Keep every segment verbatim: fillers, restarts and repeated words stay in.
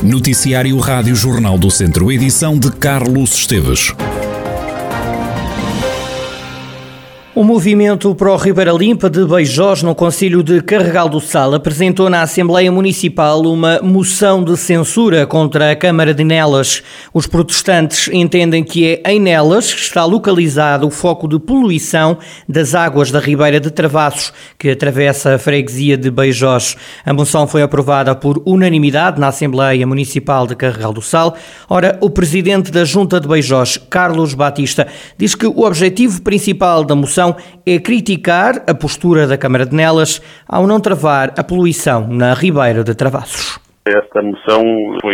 Noticiário Rádio Jornal do Centro, edição de Carlos Esteves. O movimento Pro Ribeira Limpa de Beijós, no concelho de Carregal do Sal, apresentou na Assembleia Municipal uma moção de censura contra a Câmara de Nelas. Os protestantes entendem que é em Nelas que está localizado o foco de poluição das águas da Ribeira de Travassos, que atravessa a freguesia de Beijós. A moção foi aprovada por unanimidade na Assembleia Municipal de Carregal do Sal. Ora, o presidente da Junta de Beijós, Carlos Batista, diz que o objetivo principal da moção é criticar a postura da Câmara de Nelas ao não travar a poluição na Ribeira de Travassos. Esta moção foi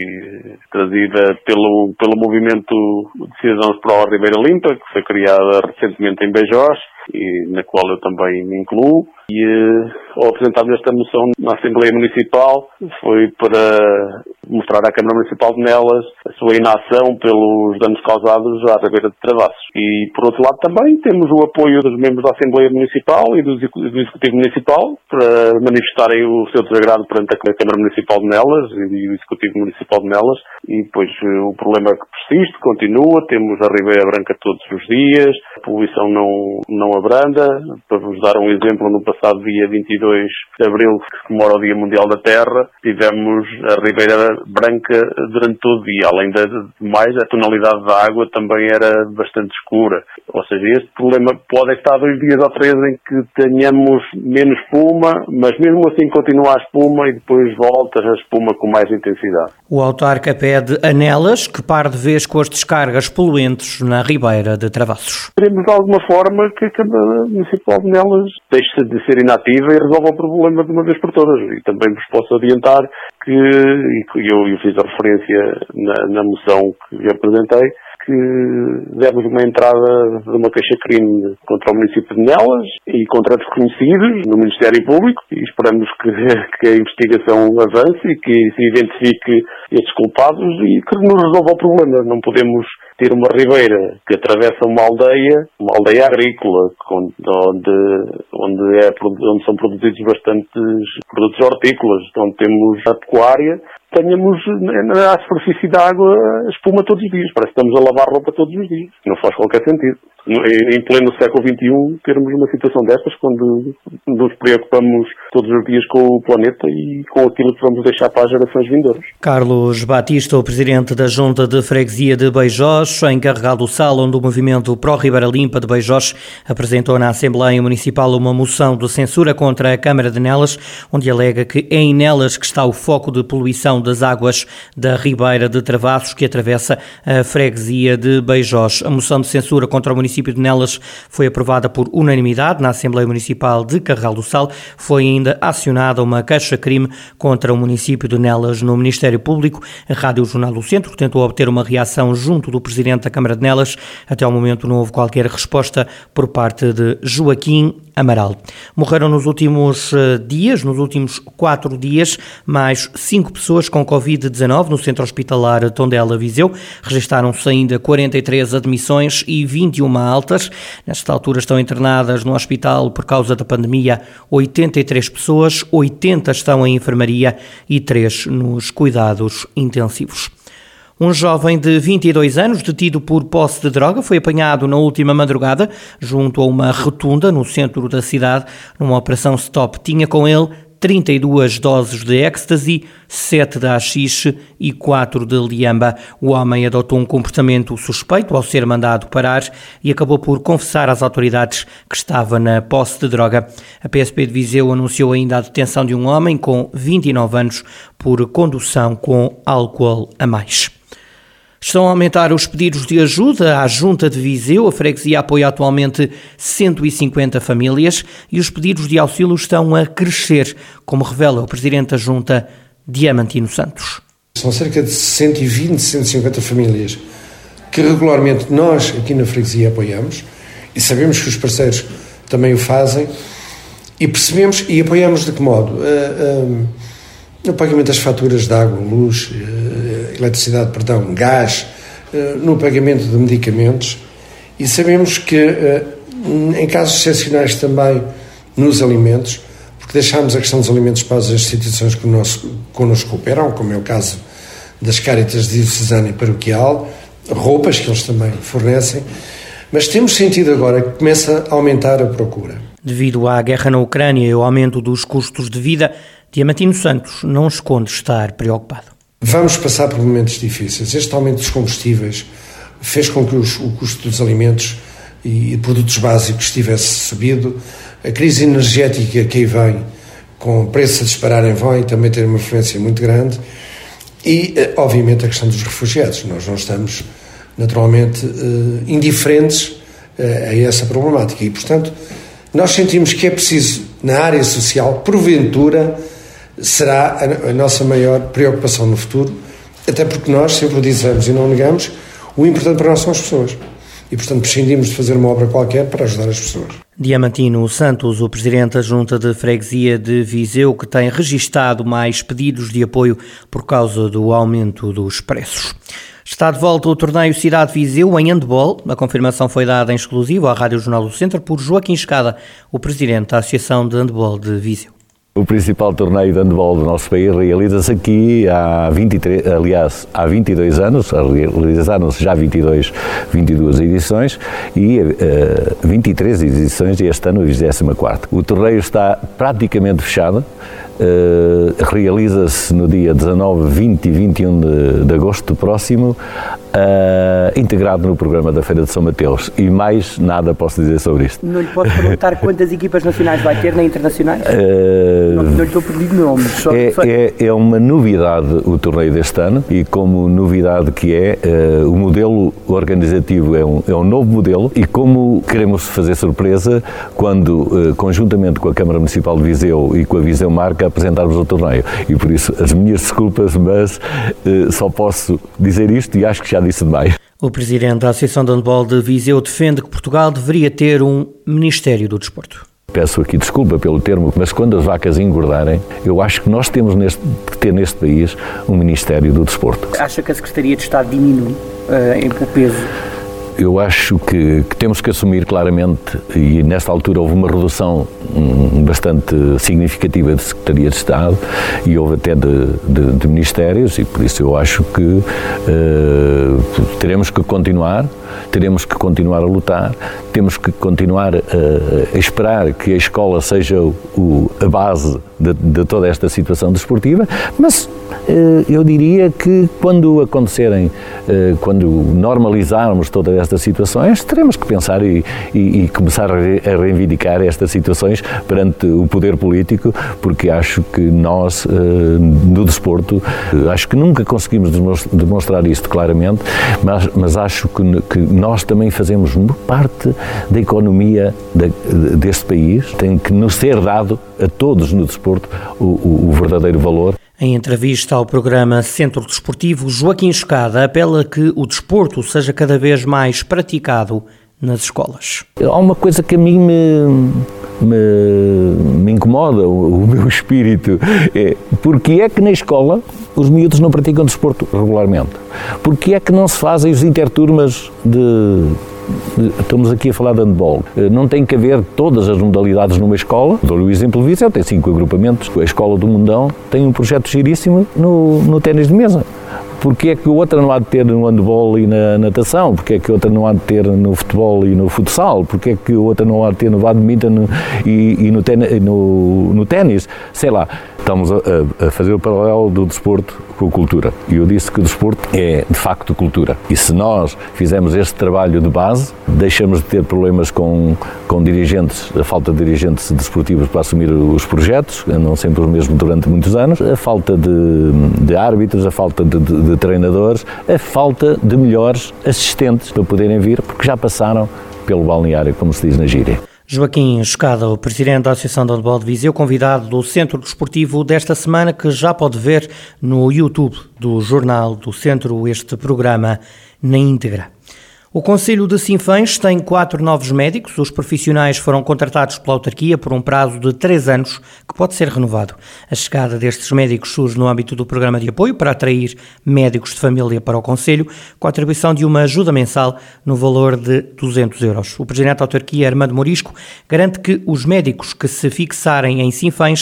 trazida pelo, pelo movimento de cidadãos Pro Ribeira Limpa, que foi criada recentemente em Beijós, e na qual eu também me incluo. E ao apresentarmos esta moção na Assembleia Municipal foi para mostrar à Câmara Municipal de Nelas a sua inação pelos danos causados à Ribeira de Travassos. E, por outro lado, também temos o apoio dos membros da Assembleia Municipal e do Executivo Municipal para manifestarem o seu desagrado perante a Câmara Municipal de Nelas e o Executivo Municipal de Nelas. E, pois, o problema que persiste, continua. Temos a Ribeira Branca todos os dias, a poluição não, não abranda. Para vos dar um exemplo, no passado dia vinte e dois de abril, que comemora o Dia Mundial da Terra, tivemos a Ribeira Branca durante todo o dia. Além de mais, a tonalidade da água também era bastante escura. Ou seja, este problema pode estar dois dias ou três em que tenhamos menos espuma, mas mesmo assim continua a espuma e depois volta a espuma com mais intensidade. O autarca pede a Nelas que pare de vez com as descargas poluentes na Ribeira de Travassos. Queremos de alguma forma que a Câmara Municipal de Nelas deixe de ser inativa e resolva o problema de uma vez por todas. E também vos posso adiantar que, e eu, eu fiz a referência na, na moção que apresentei, que demos uma entrada de uma queixa-crime contra o município de Nelas e contra desconhecidos no Ministério Público, e esperamos que, que a investigação avance e que se identifique estes culpados e que nos resolva o problema. Não podemos ter uma ribeira que atravessa uma aldeia, uma aldeia agrícola, onde, onde, é, onde são produzidos bastantes produtos hortícolas, onde temos a pecuária, tenhamos na superfície da água espuma todos os dias. Parece que estamos a lavar roupa todos os dias. Não faz qualquer sentido. Em pleno século vinte e um, termos uma situação destas, quando nos preocupamos todos os dias com o planeta e com aquilo que vamos deixar para as gerações vindouras. Carlos Batista, o presidente da Junta de Freguesia de Beijós, em Carregal do Sal, onde o movimento Pro Ribeira Limpa de Beijós apresentou na Assembleia Municipal uma moção de censura contra a Câmara de Nelas, onde alega que é em Nelas que está o foco de poluição das águas da Ribeira de Travassos, que atravessa a freguesia de Beijós. A moção de censura contra o município de Nelas foi aprovada por unanimidade na Assembleia Municipal de Carregal do Sal. Foi ainda acionada uma queixa-crime contra o município de Nelas no Ministério Público. A Rádio Jornal do Centro tentou obter uma reação junto do presidente da Câmara de Nelas. Até ao momento não houve qualquer resposta por parte de Joaquim Amaral. Morreram nos últimos dias, nos últimos quatro dias, mais cinco pessoas com covid dezanove no Centro Hospitalar Tondela Viseu. Registaram-se ainda quarenta e três admissões e vinte e uma altas. Nesta altura estão internadas no hospital por causa da pandemia oitenta e três pessoas, oitenta estão em enfermaria e três nos cuidados intensivos. Um jovem de vinte e dois anos, detido por posse de droga, foi apanhado na última madrugada junto a uma rotunda no centro da cidade, numa operação stop. Tinha com ele trinta e duas doses de ecstasy, sete de haxixe e quatro de liamba. O homem adotou um comportamento suspeito ao ser mandado parar e acabou por confessar às autoridades que estava na posse de droga. A P S P de Viseu anunciou ainda a detenção de um homem com vinte e nove anos por condução com álcool a mais. Estão a aumentar os pedidos de ajuda à Junta de Viseu. A freguesia apoia atualmente cento e cinquenta famílias e os pedidos de auxílio estão a crescer, como revela o presidente da Junta, Diamantino Santos. São cerca de cento e vinte, cento e cinquenta famílias que regularmente nós aqui na freguesia apoiamos e sabemos que os parceiros também o fazem e percebemos e apoiamos de que modo? Uh, uh, no pagamento das faturas de água, luz, eletricidade, perdão, gás, no pagamento de medicamentos e sabemos que em casos excepcionais também nos alimentos, porque deixámos a questão dos alimentos para as instituições que connosco cooperam, como é o caso das Cáritas diocesana e paroquial, roupas que eles também fornecem, mas temos sentido agora que começa a aumentar a procura. Devido à guerra na Ucrânia e ao aumento dos custos de vida, Diamantino Santos não esconde estar preocupado. Vamos passar por momentos difíceis. Este aumento dos combustíveis fez com que os, o custo dos alimentos e produtos básicos tivesse subido. A crise energética que aí vem, com preços a dispararem, vai também ter uma influência muito grande. E, obviamente, a questão dos refugiados. Nós não estamos, naturalmente, indiferentes a essa problemática. E, portanto, nós sentimos que é preciso, na área social, porventura, será a nossa maior preocupação no futuro, até porque nós sempre o dizemos e não negamos, o importante para nós são as pessoas. E, portanto, prescindimos de fazer uma obra qualquer para ajudar as pessoas. Diamantino Santos, o presidente da Junta de Freguesia de Viseu, que tem registado mais pedidos de apoio por causa do aumento dos preços. Está de volta o torneio Cidade Viseu em handball. A confirmação foi dada em exclusivo à Rádio Jornal do Centro por Joaquim Escada, o presidente da Associação de Handball de Viseu. O principal torneio de handball do nosso país realiza-se aqui há vinte e três, aliás, há vinte e dois anos, realizaram-se já vinte e dois, vinte e duas edições e uh, vinte e três edições e este ano a vigésima quarta. O torneio está praticamente fechado. Uh, realiza-se no dia dezanove, vinte e vinte e um de, de agosto próximo, uh, integrado no programa da Feira de São Mateus. E mais nada posso dizer sobre isto. Não lhe posso perguntar quantas equipas nacionais vai ter, nem internacionais? Uh, não, não lhe estou a pedir nomes. Só é, é, é uma novidade o torneio deste ano e como novidade que é, uh, o modelo organizativo é um, é um novo modelo e como queremos fazer surpresa quando, uh, conjuntamente com a Câmara Municipal de Viseu e com a Viseu Marca, apresentarmos o torneio. E por isso, as minhas desculpas, mas uh, só posso dizer isto e acho que já disse demais. O presidente da Associação de Handball de Viseu defende que Portugal deveria ter um Ministério do Desporto. Peço aqui desculpa pelo termo, mas quando as vacas engordarem, eu acho que nós temos neste, que ter neste país um Ministério do Desporto. Acha que a Secretaria de Estado diminui uh, em peso? Eu acho que, que temos que assumir claramente, e nesta altura houve uma redução um, bastante significativa de Secretaria de Estado e houve até de, de, de ministérios e por isso eu acho que uh, teremos que continuar, teremos que continuar a lutar, temos que continuar uh, a esperar que a escola seja o, a base de, de toda esta situação desportiva, mas uh, eu diria que quando acontecerem, uh, quando normalizarmos todas estas situações, teremos que pensar e, e, e começar a, re, a reivindicar estas situações perante o poder político, porque acho que nós, uh, no desporto, uh, acho que nunca conseguimos demonstrar isto claramente, mas, mas acho que, que nós também fazemos parte da economia de, de, deste país, tem que nos ser dado a todos no desporto o, o, o verdadeiro valor. Em entrevista ao programa Centro Desportivo, Joaquim Escada apela que o desporto seja cada vez mais praticado nas escolas. Há uma coisa que a mim me, me, me incomoda, o, o meu espírito, é porque é que na escola os miúdos não praticam desporto regularmente? Porque é que não se fazem os interturmas de... Estamos aqui a falar de handball. Não tem que haver todas as modalidades numa escola. Dou-lhe o exemplo de Viseu, tem cinco agrupamentos. A Escola do Mundão tem um projeto giríssimo no, no ténis de mesa. Porque é que outra não há de ter no handball e na natação? Porque é que outra não há de ter no futebol e no futsal? Porque é que outra não há de ter no badminton e, e no, ten, no, no ténis? Sei lá. Estamos a, a fazer o paralelo do desporto com a cultura. E eu disse que o desporto é, de facto, cultura. E se nós fizermos este trabalho de base, deixamos de ter problemas com, com dirigentes, a falta de dirigentes desportivos para assumir os projetos, andam sempre os mesmos durante muitos anos, a falta de, de árbitros, a falta de, de, de treinadores, a falta de melhores assistentes para poderem vir, porque já passaram pelo balneário, como se diz na gíria. Joaquim Escada, o presidente da Associação de Handball de Viseu, convidado do Centro Desportivo desta semana, que já pode ver no YouTube do Jornal do Centro este programa na íntegra. O Conselho de Sinfãs tem quatro novos médicos. Os profissionais foram contratados pela autarquia por um prazo de três anos, que pode ser renovado. A chegada destes médicos surge no âmbito do programa de apoio para atrair médicos de família para o Conselho, com a atribuição de uma ajuda mensal no valor de duzentos euros. O presidente da autarquia, Armando Morisco, garante que os médicos que se fixarem em Sinfãs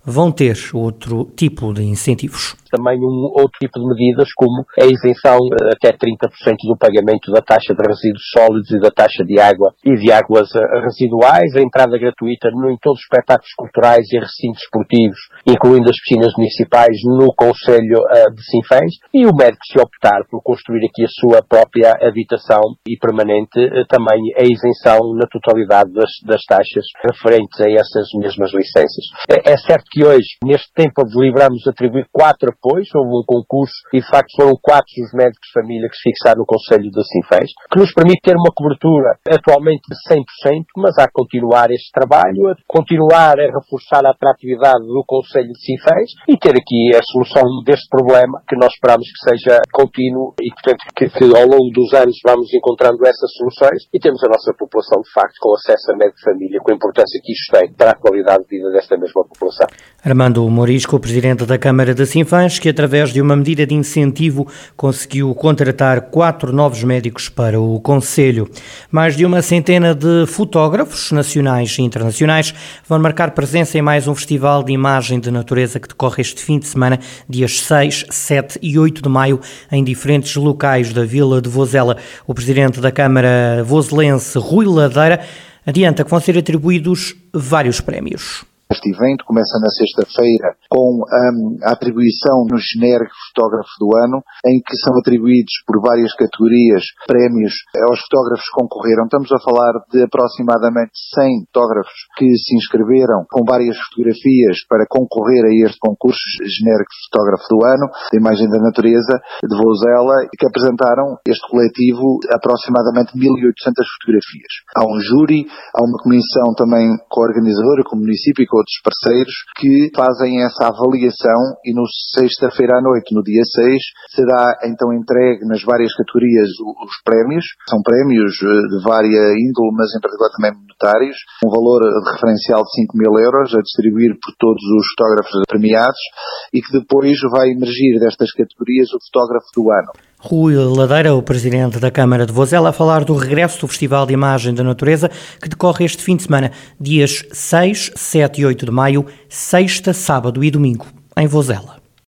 vão ter outro tipo de incentivos. Também um outro tipo de medidas, como a isenção até trinta por cento do pagamento da taxa de resíduos sólidos e da taxa de água e de águas residuais, a entrada gratuita em todos os espetáculos culturais e recintos esportivos, incluindo as piscinas municipais no Concelho de Sinfãs, e o médico, se optar por construir aqui a sua própria habitação e permanente, também a isenção na totalidade das, das taxas referentes a essas mesmas licenças. É, é certo que hoje, neste tempo, deliberamos atribuir quatro apoios, houve um concurso e de facto foram quatro os médicos de família que se fixaram no Concelho de Sinfãs, que nos permite ter uma cobertura atualmente de cem por cento, mas há que continuar este trabalho, a continuar a reforçar a atratividade do Concelho de Sinfãs e ter aqui a solução deste problema, que nós esperamos que seja contínuo e, portanto, que, que ao longo dos anos vamos encontrando essas soluções e temos a nossa população, de facto, com acesso a médico de família, com a importância que isto tem para a qualidade de vida desta mesma população. Armando Morisco, presidente da Câmara de Sinfãs, que através de uma medida de incentivo conseguiu contratar quatro novos médicos para o Concelho. Mais de uma centena de fotógrafos nacionais e internacionais vão marcar presença em mais um festival de imagem de natureza que decorre este fim de semana, dias seis, sete e oito de maio, em diferentes locais da Vila de Vozela. O presidente da Câmara voselense, Rui Ladeira, adianta que vão ser atribuídos vários prémios. Este evento começa na sexta-feira com um, a atribuição no genérico fotógrafo do ano, em que são atribuídos por várias categorias prémios aos fotógrafos que concorreram. Estamos a falar de aproximadamente cem fotógrafos que se inscreveram com várias fotografias para concorrer a este concurso genérico fotógrafo do ano, da imagem da natureza de Vozela, que apresentaram este coletivo aproximadamente mil e oitocentas fotografias. Há um júri, há uma comissão também co-organizadora com o município e com outros parceiros que fazem essa avaliação e no sexta-feira à noite, no dia seis, será então entregue nas várias categorias os prémios. São prémios de vária índole, mas em particular também monetários, um valor referencial de cinco mil euros a distribuir por todos os fotógrafos premiados e que depois vai emergir destas categorias o fotógrafo do ano. Rui Ladeira, o presidente da Câmara de Vozela, a falar do regresso do Festival de Imagem da Natureza que decorre este fim de semana, dias seis, sete e oito de maio, sexta, sábado e domingo, em Vozela.